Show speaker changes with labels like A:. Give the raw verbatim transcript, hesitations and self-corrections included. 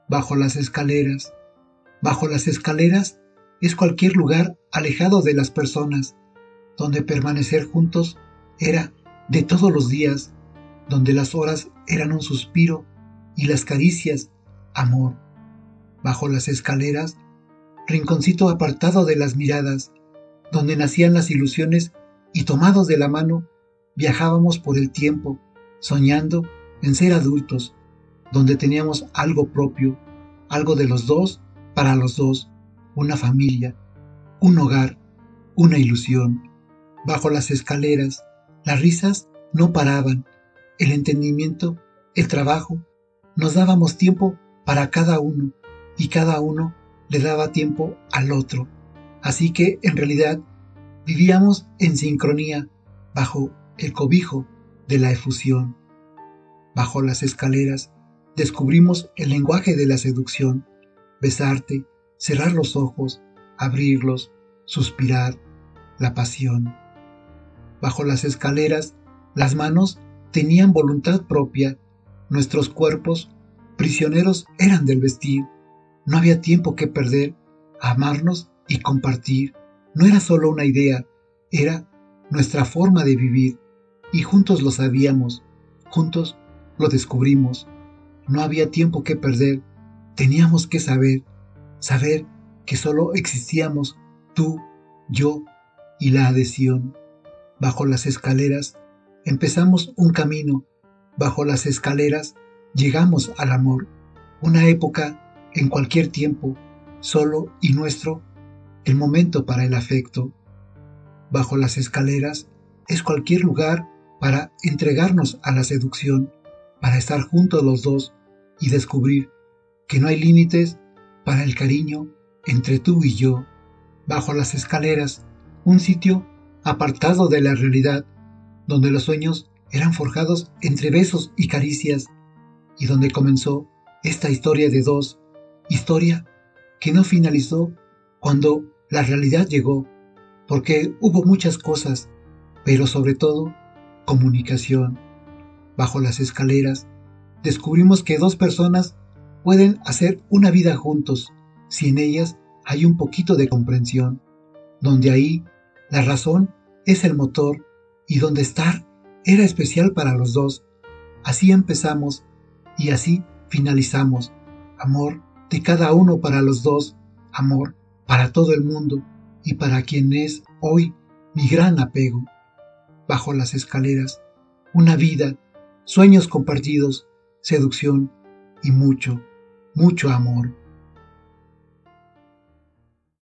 A: Bajo las escaleras. Bajo las escaleras es cualquier lugar alejado de las personas, donde permanecer juntos era de todos los días, donde las horas eran un suspiro y las caricias, amor. Bajo las escaleras, rinconcito apartado de las miradas, donde nacían las ilusiones y tomados de la mano, viajábamos por el tiempo, soñando en ser adultos, donde teníamos algo propio, algo de los dos para los dos, una familia, un hogar, una ilusión. Bajo las escaleras, las risas no paraban, el entendimiento, el trabajo, nos dábamos tiempo para cada uno y cada uno le daba tiempo al otro. Así que, en realidad, vivíamos en sincronía bajo el cobijo de la efusión. Bajo las escaleras descubrimos el lenguaje de la seducción, besarte, cerrar los ojos, abrirlos, suspirar, la pasión. Bajo las escaleras, las manos tenían voluntad propia, nuestros cuerpos, prisioneros eran del vestir, no había tiempo que perder, amarnos y compartir, no era solo una idea, era nuestra forma de vivir, y juntos lo sabíamos, juntos lo descubrimos, no había tiempo que perder, teníamos que saber, saber que solo existíamos tú, yo y la adhesión. Bajo las escaleras empezamos un camino, bajo las escaleras llegamos al amor, una época en cualquier tiempo, solo y nuestro, el momento para el afecto. Bajo las escaleras es cualquier lugar para entregarnos a la seducción, para estar juntos los dos y descubrir que no hay límites para el cariño entre tú y yo. Bajo las escaleras, un sitio apartado de la realidad, donde los sueños eran forjados entre besos y caricias, y donde comenzó esta historia de dos, historia que no finalizó cuando la realidad llegó, porque hubo muchas cosas, pero sobre todo, comunicación. Bajo las escaleras, descubrimos que dos personas pueden hacer una vida juntos, si en ellas hay un poquito de comprensión, donde ahí la razón es el motor y donde estar era especial para los dos. Así empezamos y así finalizamos. Amor de cada uno para los dos, amor para todo el mundo y para quien es hoy mi gran apego. Bajo las escaleras, una vida, sueños compartidos, seducción y mucho, mucho amor.